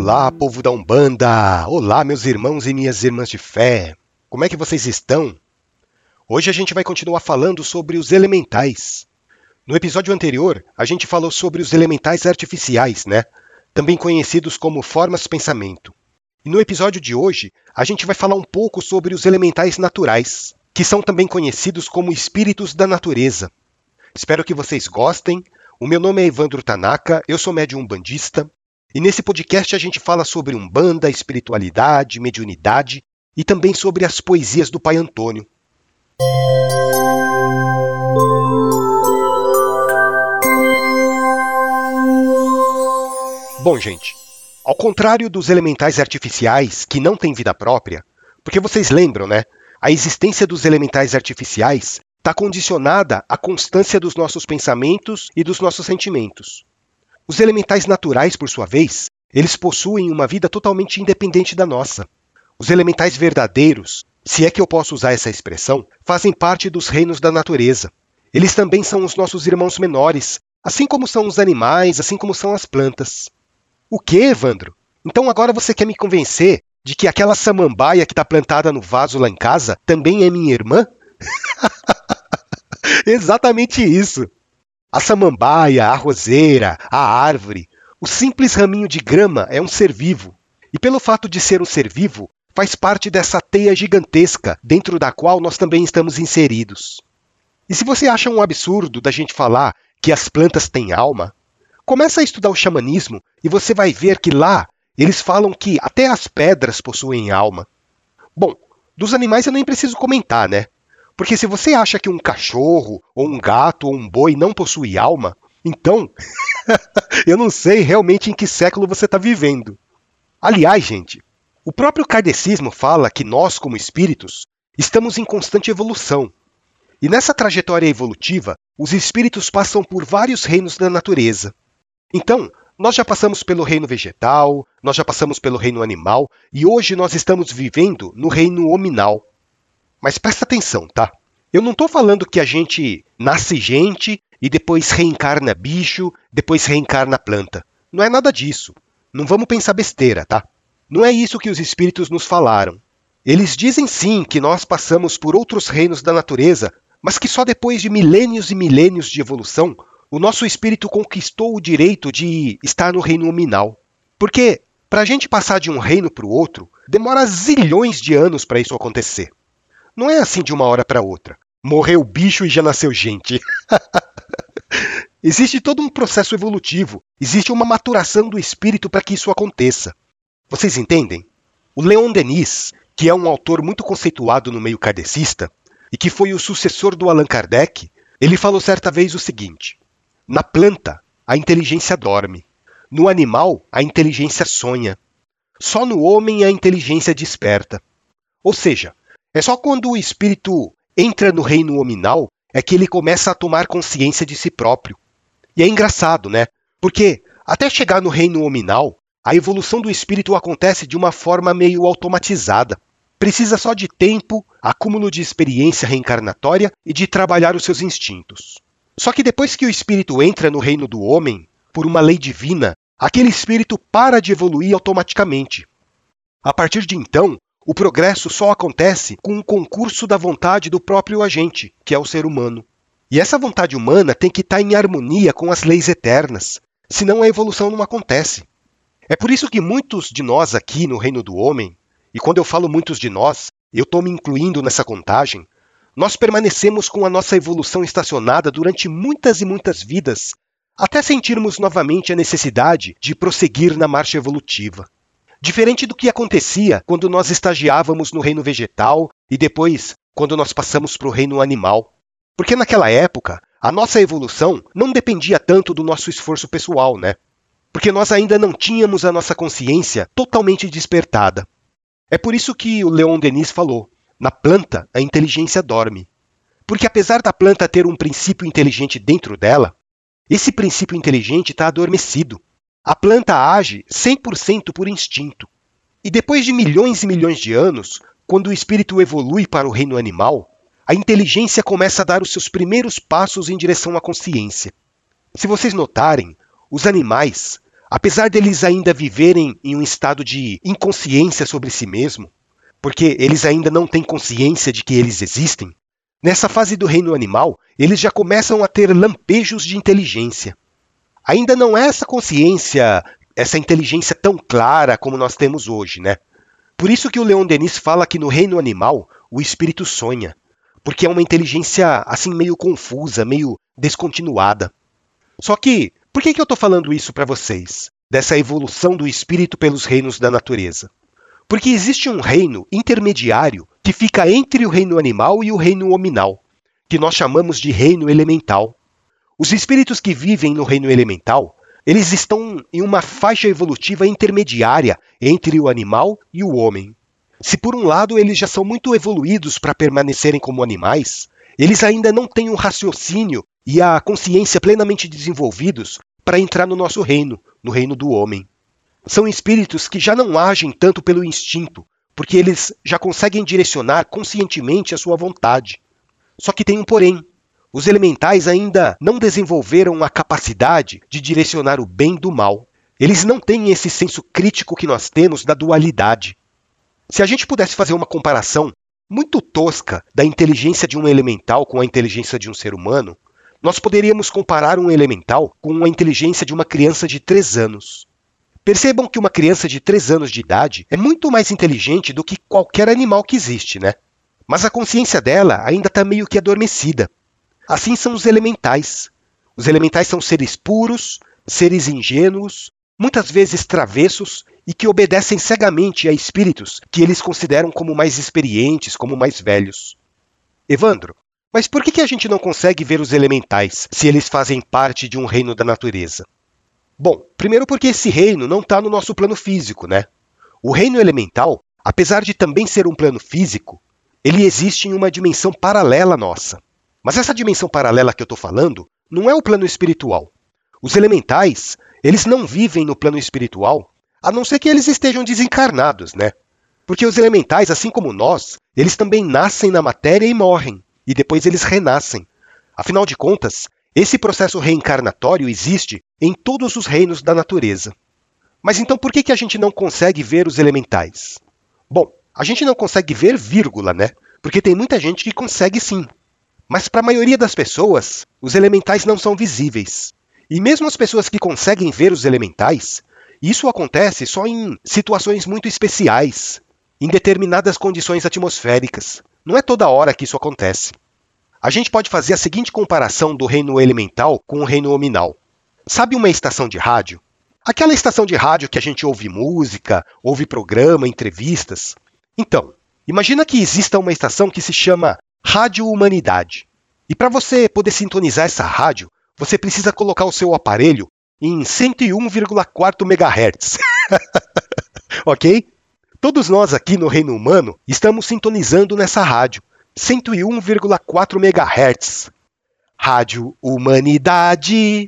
Olá, povo da Umbanda! Olá, meus irmãos e minhas irmãs de fé! Como é que vocês estão? Hoje a gente vai continuar falando sobre os elementais. No episódio anterior, a gente falou sobre os elementais artificiais, né? Também conhecidos como formas-pensamento. E no episódio de hoje, a gente vai falar um pouco sobre os elementais naturais, que são também conhecidos como espíritos da natureza. Espero que vocês gostem. O meu nome é Evandro Tanaka, eu sou médium umbandista. E nesse podcast a gente fala sobre Umbanda, espiritualidade, mediunidade e também sobre as poesias do Pai Antônio. Bom, gente, ao contrário dos elementais artificiais que não têm vida própria, porque vocês lembram, né? A existência dos elementais artificiais está condicionada à constância dos nossos pensamentos e dos nossos sentimentos. Os elementais naturais, por sua vez, eles possuem uma vida totalmente independente da nossa. Os elementais verdadeiros, se é que eu posso usar essa expressão, fazem parte dos reinos da natureza. Eles também são os nossos irmãos menores, assim como são os animais, assim como são as plantas. O quê, Evandro? Então agora você quer me convencer de que aquela samambaia que está plantada no vaso lá em casa também é minha irmã? Exatamente isso! A samambaia, a roseira, a árvore, o simples raminho de grama é um ser vivo. E pelo fato de ser um ser vivo, faz parte dessa teia gigantesca dentro da qual nós também estamos inseridos. E se você acha um absurdo da gente falar que as plantas têm alma, começa a estudar o xamanismo e você vai ver que lá eles falam que até as pedras possuem alma. Bom, dos animais eu nem preciso comentar, né? Porque se você acha que um cachorro, ou um gato, ou um boi não possui alma, então eu não sei realmente em que século você está vivendo. Aliás, gente, o próprio kardecismo fala que nós, como espíritos, estamos em constante evolução. E nessa trajetória evolutiva, os espíritos passam por vários reinos da natureza. Então, nós já passamos pelo reino vegetal, nós já passamos pelo reino animal, e hoje nós estamos vivendo no reino hominal. Mas presta atenção, tá? Eu não estou falando que a gente nasce gente e depois reencarna bicho, depois reencarna planta. Não é nada disso. Não vamos pensar besteira, tá? Não é isso que os espíritos nos falaram. Eles dizem sim que nós passamos por outros reinos da natureza, mas que só depois de milênios e milênios de evolução, o nosso espírito conquistou o direito de estar no reino hominal. Porque, para a gente passar de um reino para o outro, demora zilhões de anos para isso acontecer. Não é assim de uma hora para outra. Morreu o bicho e já nasceu gente. Existe todo um processo evolutivo. Existe uma maturação do espírito para que isso aconteça. Vocês entendem? O Leon Denis, que é um autor muito conceituado no meio kardecista, e que foi o sucessor do Allan Kardec, ele falou certa vez o seguinte: na planta, a inteligência dorme. No animal, a inteligência sonha. Só no homem a inteligência desperta. Ou seja, é só quando o espírito entra no reino hominal é que ele começa a tomar consciência de si próprio. E é engraçado, né? Porque até chegar no reino hominal, a evolução do espírito acontece de uma forma meio automatizada. Precisa só de tempo, acúmulo de experiência reencarnatória e de trabalhar os seus instintos. Só que depois que o espírito entra no reino do homem, por uma lei divina, aquele espírito para de evoluir automaticamente. A partir de então, o progresso só acontece com um concurso da vontade do próprio agente, que é o ser humano. E essa vontade humana tem que estar em harmonia com as leis eternas, senão a evolução não acontece. É por isso que muitos de nós aqui no reino do homem, e quando eu falo muitos de nós, eu estou me incluindo nessa contagem, nós permanecemos com a nossa evolução estacionada durante muitas e muitas vidas, até sentirmos novamente a necessidade de prosseguir na marcha evolutiva. Diferente do que acontecia quando nós estagiávamos no reino vegetal e depois quando nós passamos para o reino animal. Porque naquela época, a nossa evolução não dependia tanto do nosso esforço pessoal, né? Porque nós ainda não tínhamos a nossa consciência totalmente despertada. É por isso que o Leon Denis falou, na planta a inteligência dorme. Porque apesar da planta ter um princípio inteligente dentro dela, esse princípio inteligente está adormecido. A planta age 100% por instinto. E depois de milhões e milhões de anos, quando o espírito evolui para o reino animal, a inteligência começa a dar os seus primeiros passos em direção à consciência. Se vocês notarem, os animais, apesar deles ainda viverem em um estado de inconsciência sobre si mesmo, porque eles ainda não têm consciência de que eles existem, nessa fase do reino animal, eles já começam a ter lampejos de inteligência. Ainda não é essa consciência, essa inteligência tão clara como nós temos hoje, né? Por isso que o Leon Denis fala que no reino animal o espírito sonha, porque é uma inteligência assim meio confusa, meio descontinuada. Só que, por que eu estou falando isso para vocês, dessa evolução do espírito pelos reinos da natureza? Porque existe um reino intermediário que fica entre o reino animal e o reino hominal, que nós chamamos de reino elemental. Os espíritos que vivem no reino elemental, eles estão em uma faixa evolutiva intermediária entre o animal e o homem. Se por um lado eles já são muito evoluídos para permanecerem como animais, eles ainda não têm um raciocínio e a consciência plenamente desenvolvidos para entrar no nosso reino, no reino do homem. São espíritos que já não agem tanto pelo instinto, porque eles já conseguem direcionar conscientemente a sua vontade. Só que tem um porém. Os elementais ainda não desenvolveram a capacidade de direcionar o bem do mal. Eles não têm esse senso crítico que nós temos da dualidade. Se a gente pudesse fazer uma comparação muito tosca da inteligência de um elemental com a inteligência de um ser humano, nós poderíamos comparar um elemental com a inteligência de uma criança de 3 anos. Percebam que uma criança de 3 anos de idade é muito mais inteligente do que qualquer animal que existe, né? Mas a consciência dela ainda está meio que adormecida. Assim são os elementais. Os elementais são seres puros, seres ingênuos, muitas vezes travessos e que obedecem cegamente a espíritos que eles consideram como mais experientes, como mais velhos. Evandro, mas por que a gente não consegue ver os elementais se eles fazem parte de um reino da natureza? Bom, primeiro porque esse reino não está no nosso plano físico, né? O reino elemental, apesar de também ser um plano físico, ele existe em uma dimensão paralela à nossa. Mas essa dimensão paralela que eu estou falando não é o plano espiritual. Os elementais, eles não vivem no plano espiritual, a não ser que eles estejam desencarnados, né? Porque os elementais, assim como nós, eles também nascem na matéria e morrem, e depois eles renascem. Afinal de contas, esse processo reencarnatório existe em todos os reinos da natureza. Mas então por que a gente não consegue ver os elementais? Bom, a gente não consegue ver vírgula, né? Porque tem muita gente que consegue sim. Mas para a maioria das pessoas, os elementais não são visíveis. E mesmo as pessoas que conseguem ver os elementais, isso acontece só em situações muito especiais, em determinadas condições atmosféricas. Não é toda hora que isso acontece. A gente pode fazer a seguinte comparação do reino elemental com o reino hominal. Sabe uma estação de rádio? Aquela estação de rádio que a gente ouve música, ouve programa, entrevistas. Então, imagina que exista uma estação que se chama Rádio Humanidade. E para você poder sintonizar essa rádio, você precisa colocar o seu aparelho em 101,4 MHz. Ok? Todos nós aqui no reino humano estamos sintonizando nessa rádio, 101,4 MHz. Rádio Humanidade.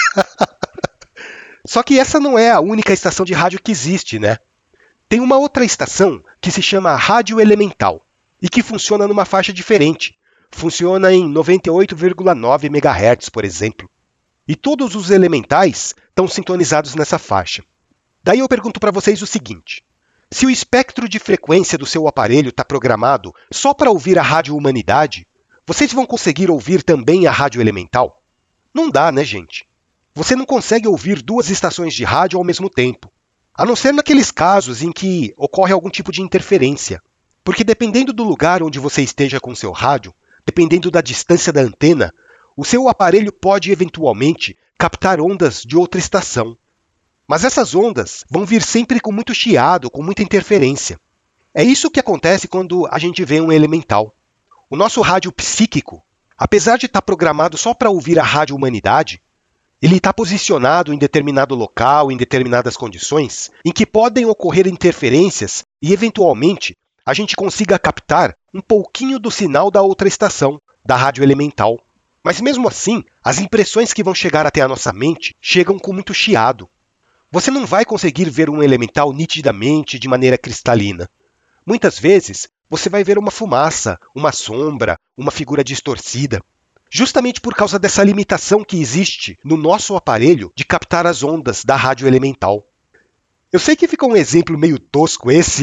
Só que essa não é a única estação de rádio que existe, né? Tem uma outra estação que se chama Rádio Elemental e que funciona numa faixa diferente. Funciona em 98,9 MHz, por exemplo. E todos os elementais estão sintonizados nessa faixa. Daí eu pergunto para vocês o seguinte: se o espectro de frequência do seu aparelho está programado só para ouvir a Rádio Humanidade, vocês vão conseguir ouvir também a Rádio Elemental? Não dá, né, gente? Você não consegue ouvir 2 estações de rádio ao mesmo tempo, a não ser naqueles casos em que ocorre algum tipo de interferência. Porque dependendo do lugar onde você esteja com o seu rádio, dependendo da distância da antena, o seu aparelho pode eventualmente captar ondas de outra estação. Mas essas ondas vão vir sempre com muito chiado, com muita interferência. É isso que acontece quando a gente vê um elemental. O nosso rádio psíquico, apesar de estar programado só para ouvir a Rádio Humanidade, ele está posicionado em determinado local, em determinadas condições, em que podem ocorrer interferências e, eventualmente, a gente consiga captar um pouquinho do sinal da outra estação, da rádio elemental. Mas mesmo assim, as impressões que vão chegar até a nossa mente chegam com muito chiado. Você não vai conseguir ver um elemental nitidamente, de maneira cristalina. Muitas vezes, você vai ver uma fumaça, uma sombra, uma figura distorcida. justamente por causa dessa limitação que existe no nosso aparelho de captar as ondas da rádio elemental. Eu sei que ficou um exemplo meio tosco esse,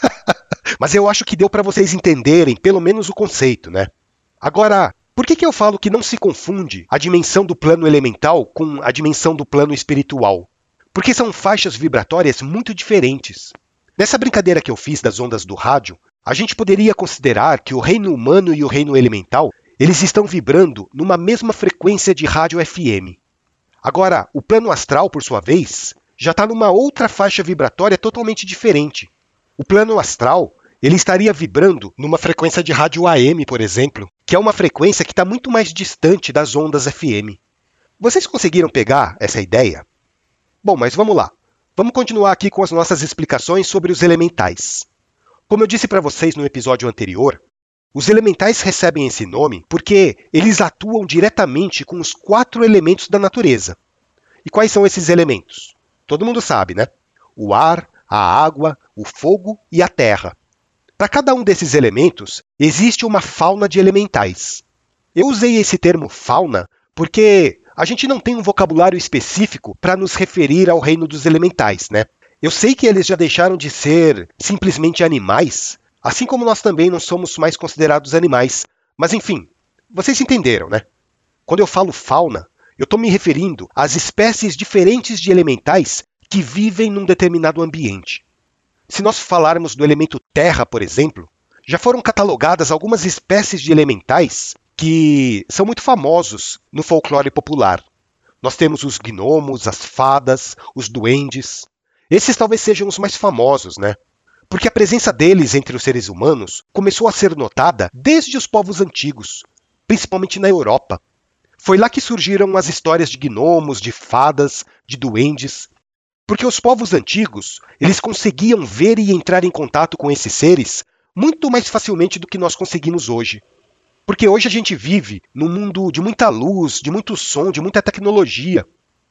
mas eu acho que deu para vocês entenderem pelo menos o conceito, né? Agora, por que eu falo que não se confunde a dimensão do plano elemental com a dimensão do plano espiritual? Porque são faixas vibratórias muito diferentes. Nessa brincadeira que eu fiz das ondas do rádio, a gente poderia considerar que o reino humano e o reino elemental, eles estão vibrando numa mesma frequência de rádio FM. Agora, o plano astral, por sua vez, já está numa outra faixa vibratória totalmente diferente. O plano astral, ele estaria vibrando numa frequência de rádio AM, por exemplo, que é uma frequência que está muito mais distante das ondas FM. Vocês conseguiram pegar essa ideia? Bom, mas vamos lá. Vamos continuar aqui com as nossas explicações sobre os elementais. Como eu disse para vocês no episódio anterior, os elementais recebem esse nome porque eles atuam diretamente com os 4 elementos da natureza. E quais são esses elementos? Todo mundo sabe, né? O ar, a água, o fogo e a terra. Para cada um desses elementos, existe uma fauna de elementais. Eu usei esse termo fauna porque a gente não tem um vocabulário específico para nos referir ao reino dos elementais, né? Eu sei que eles já deixaram de ser simplesmente animais, assim como nós também não somos mais considerados animais. Mas enfim, vocês entenderam, né? Quando eu falo fauna, eu estou me referindo às espécies diferentes de elementais que vivem num determinado ambiente. Se nós falarmos do elemento terra, por exemplo, já foram catalogadas algumas espécies de elementais que são muito famosos no folclore popular. Nós temos os gnomos, as fadas, os duendes. Esses talvez sejam os mais famosos, né? Porque a presença deles entre os seres humanos começou a ser notada desde os povos antigos, principalmente na Europa. Foi lá que surgiram as histórias de gnomos, de fadas, de duendes. Porque os povos antigos, eles conseguiam ver e entrar em contato com esses seres muito mais facilmente do que nós conseguimos hoje. Porque hoje a gente vive num mundo de muita luz, de muito som, de muita tecnologia.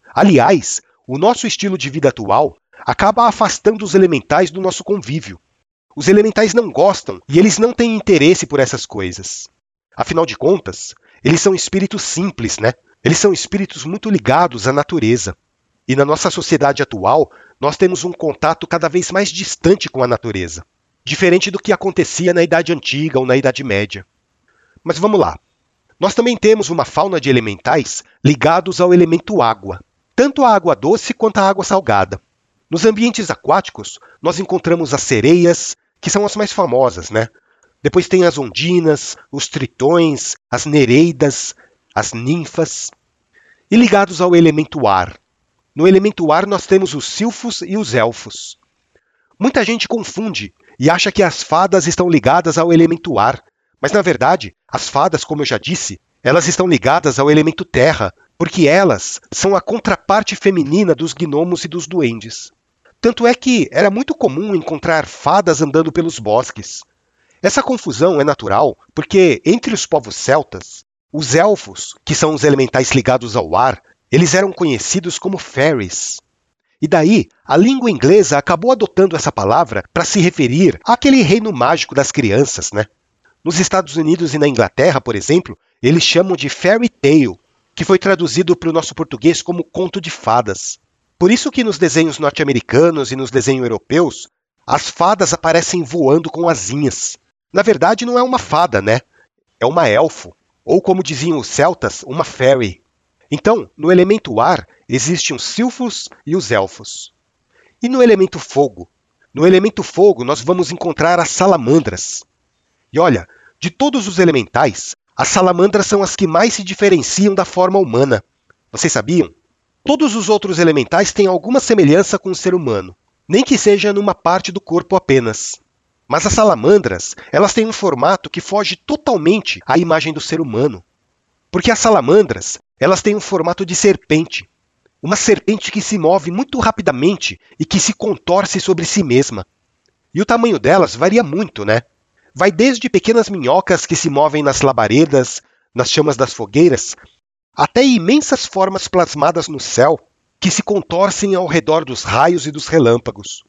Aliás, o nosso estilo de vida atual acaba afastando os elementais do nosso convívio. Os elementais não gostam e eles não têm interesse por essas coisas. Afinal de contas, eles são espíritos simples, né? Eles são espíritos muito ligados à natureza. E na nossa sociedade atual, nós temos um contato cada vez mais distante com a natureza. Diferente do que acontecia na Idade Antiga ou na Idade Média. Mas vamos lá. Nós também temos uma fauna de elementais ligados ao elemento água. Tanto a água doce quanto a água salgada. Nos ambientes aquáticos, nós encontramos as sereias, que são as mais famosas, né? Depois tem as ondinas, os tritões, as nereidas, as ninfas. E ligados ao elemento ar. No elemento ar nós temos os silfos e os elfos. Muita gente confunde e acha que as fadas estão ligadas ao elemento ar, mas na verdade, as fadas, como eu já disse, elas estão ligadas ao elemento terra, porque elas são a contraparte feminina dos gnomos e dos duendes. Tanto é que era muito comum encontrar fadas andando pelos bosques. Essa confusão é natural porque, entre os povos celtas, os elfos, que são os elementais ligados ao ar, eles eram conhecidos como fairies. E daí, a língua inglesa acabou adotando essa palavra para se referir àquele reino mágico das crianças, né? Nos Estados Unidos e na Inglaterra, por exemplo, eles chamam de fairy tale, que foi traduzido para o nosso português como conto de fadas. Por isso que nos desenhos norte-americanos e nos desenhos europeus, as fadas aparecem voando com asinhas. Na verdade, não é uma fada, né? É uma elfo, ou como diziam os celtas, uma fairy. Então, no elemento ar, existem os silfos e os elfos. E no elemento fogo? No elemento fogo, nós vamos encontrar as salamandras. E olha, de todos os elementais, as salamandras são as que mais se diferenciam da forma humana. Vocês sabiam? Todos os outros elementais têm alguma semelhança com o ser humano, nem que seja numa parte do corpo apenas. Mas as salamandras, elas têm um formato que foge totalmente à imagem do ser humano. Porque as salamandras, elas têm um formato de serpente. Uma serpente que se move muito rapidamente e que se contorce sobre si mesma. E o tamanho delas varia muito, né? Vai desde pequenas minhocas que se movem nas labaredas, nas chamas das fogueiras, até imensas formas plasmadas no céu que se contorcem ao redor dos raios e dos relâmpagos.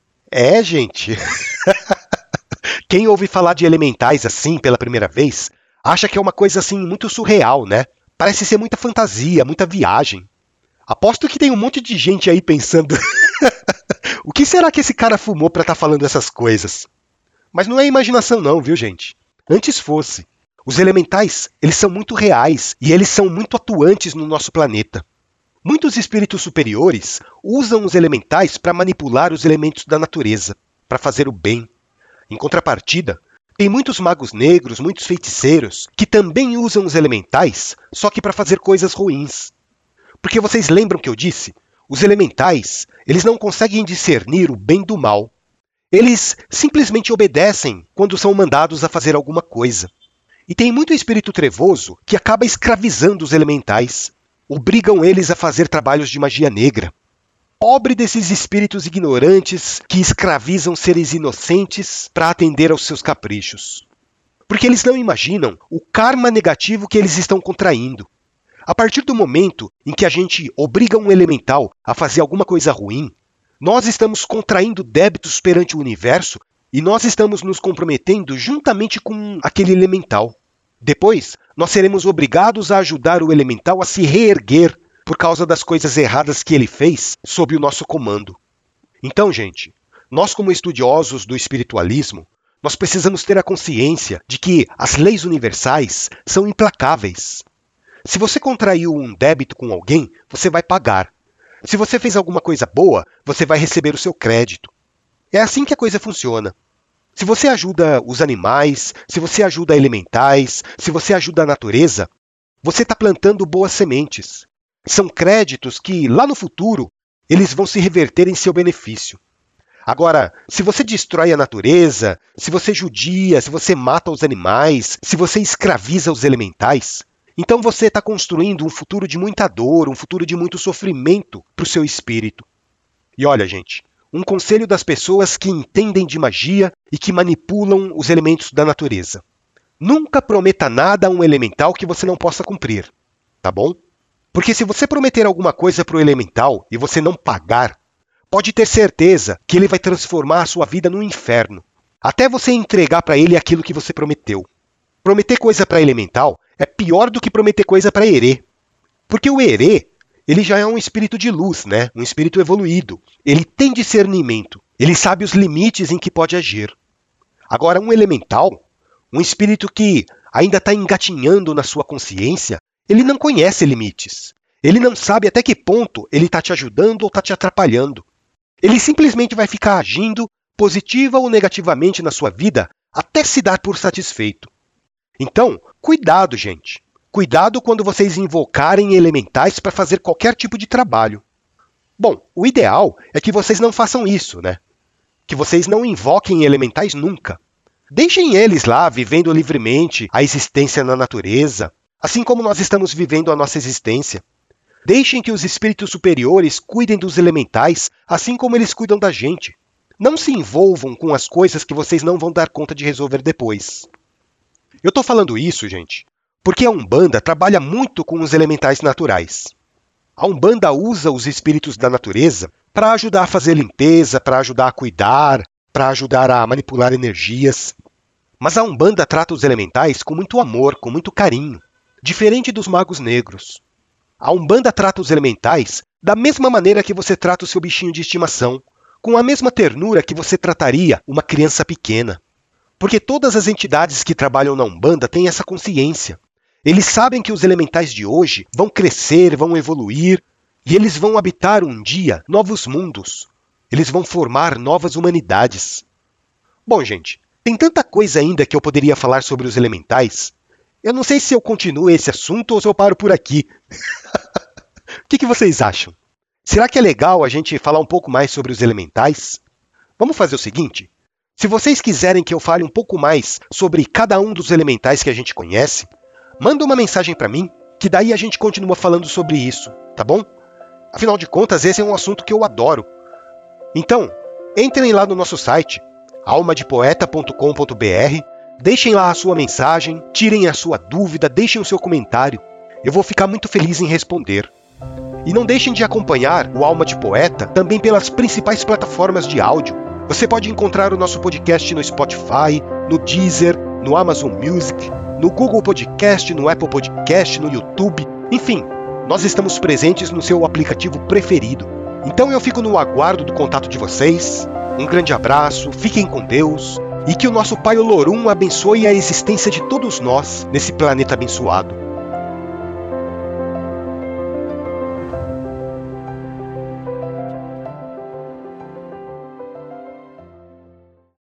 É, gente! Quem ouve falar de elementais assim pela primeira vez, acha que é uma coisa assim muito surreal, né? Parece ser muita fantasia, muita viagem. Aposto que tem um monte de gente aí pensando o que será que esse cara fumou para estar falando essas coisas? Mas não é imaginação não, viu, gente? Antes fosse. Os elementais, eles são muito reais e eles são muito atuantes no nosso planeta. Muitos espíritos superiores usam os elementais para manipular os elementos da natureza, para fazer o bem. Em contrapartida, tem muitos magos negros, muitos feiticeiros, que também usam os elementais, só que para fazer coisas ruins. Porque vocês lembram que eu disse? Os elementais, eles não conseguem discernir o bem do mal. Eles simplesmente obedecem quando são mandados a fazer alguma coisa. E tem muito espírito trevoso que acaba escravizando os elementais. Obrigam eles a fazer trabalhos de magia negra. Pobre desses espíritos ignorantes que escravizam seres inocentes para atender aos seus caprichos. Porque eles não imaginam o karma negativo que eles estão contraindo. A partir do momento em que a gente obriga um elemental a fazer alguma coisa ruim, nós estamos contraindo débitos perante o universo e nós estamos nos comprometendo juntamente com aquele elemental. Depois, nós seremos obrigados a ajudar o elemental a se reerguer por causa das coisas erradas que ele fez sob o nosso comando. Então, gente, nós como estudiosos do espiritualismo, nós precisamos ter a consciência de que as leis universais são implacáveis. Se você contraiu um débito com alguém, você vai pagar. Se você fez alguma coisa boa, você vai receber o seu crédito. É assim que a coisa funciona. Se você ajuda os animais, se você ajuda elementais, se você ajuda a natureza, você está plantando boas sementes. São créditos que, lá no futuro, eles vão se reverter em seu benefício. Agora, se você destrói a natureza, se você judia, se você mata os animais, se você escraviza os elementais, então você está construindo um futuro de muita dor, um futuro de muito sofrimento para o seu espírito. E olha, gente, um conselho das pessoas que entendem de magia e que manipulam os elementos da natureza. Nunca prometa nada a um elemental que você não possa cumprir, tá bom? Porque se você prometer alguma coisa para o elemental e você não pagar, pode ter certeza que ele vai transformar a sua vida num inferno, até você entregar para ele aquilo que você prometeu. Prometer coisa para elemental é pior do que prometer coisa para herê. Porque o herê, ele já é um espírito de luz, né? Um espírito evoluído. Ele tem discernimento. Ele sabe os limites em que pode agir. Agora, um elemental, um espírito que ainda está engatinhando na sua consciência, ele não conhece limites. Ele não sabe até que ponto ele está te ajudando ou está te atrapalhando. Ele simplesmente vai ficar agindo positiva ou negativamente na sua vida até se dar por satisfeito. Então, cuidado, gente. Cuidado quando vocês invocarem elementais para fazer qualquer tipo de trabalho. Bom, o ideal é que vocês não façam isso, né? Que vocês não invoquem elementais nunca. Deixem eles lá vivendo livremente a existência na natureza, assim como nós estamos vivendo a nossa existência. Deixem que os espíritos superiores cuidem dos elementais, assim como eles cuidam da gente. Não se envolvam com as coisas que vocês não vão dar conta de resolver depois. Eu estou falando isso, gente, porque a Umbanda trabalha muito com os elementais naturais. A Umbanda usa os espíritos da natureza para ajudar a fazer limpeza, para ajudar a cuidar, para ajudar a manipular energias. Mas a Umbanda trata os elementais com muito amor, com muito carinho, diferente dos magos negros. A Umbanda trata os elementais da mesma maneira que você trata o seu bichinho de estimação, com a mesma ternura que você trataria uma criança pequena. Porque todas as entidades que trabalham na Umbanda têm essa consciência. Eles sabem que os elementais de hoje vão crescer, vão evoluir, e eles vão habitar um dia novos mundos. Eles vão formar novas humanidades. Bom, gente, tem tanta coisa ainda que eu poderia falar sobre os elementais. Eu não sei se eu continuo esse assunto ou se eu paro por aqui. O que vocês acham? Será que é legal a gente falar um pouco mais sobre os elementais? Vamos fazer o seguinte? Se vocês quiserem que eu fale um pouco mais sobre cada um dos elementais que a gente conhece, manda uma mensagem para mim, que daí a gente continua falando sobre isso, tá bom? Afinal de contas, esse é um assunto que eu adoro. Então, entrem lá no nosso site, almadepoeta.com.br, deixem lá a sua mensagem, tirem a sua dúvida, deixem o seu comentário. Eu vou ficar muito feliz em responder. E não deixem de acompanhar o Alma de Poeta também pelas principais plataformas de áudio. Você pode encontrar o nosso podcast no Spotify, no Deezer, no Amazon Music. no Google Podcast, no Apple Podcast, no YouTube, enfim, nós estamos presentes no seu aplicativo preferido. Então eu fico no aguardo do contato de vocês. Um grande abraço, fiquem com Deus e que o nosso Pai Olorum abençoe a existência de todos nós nesse planeta abençoado.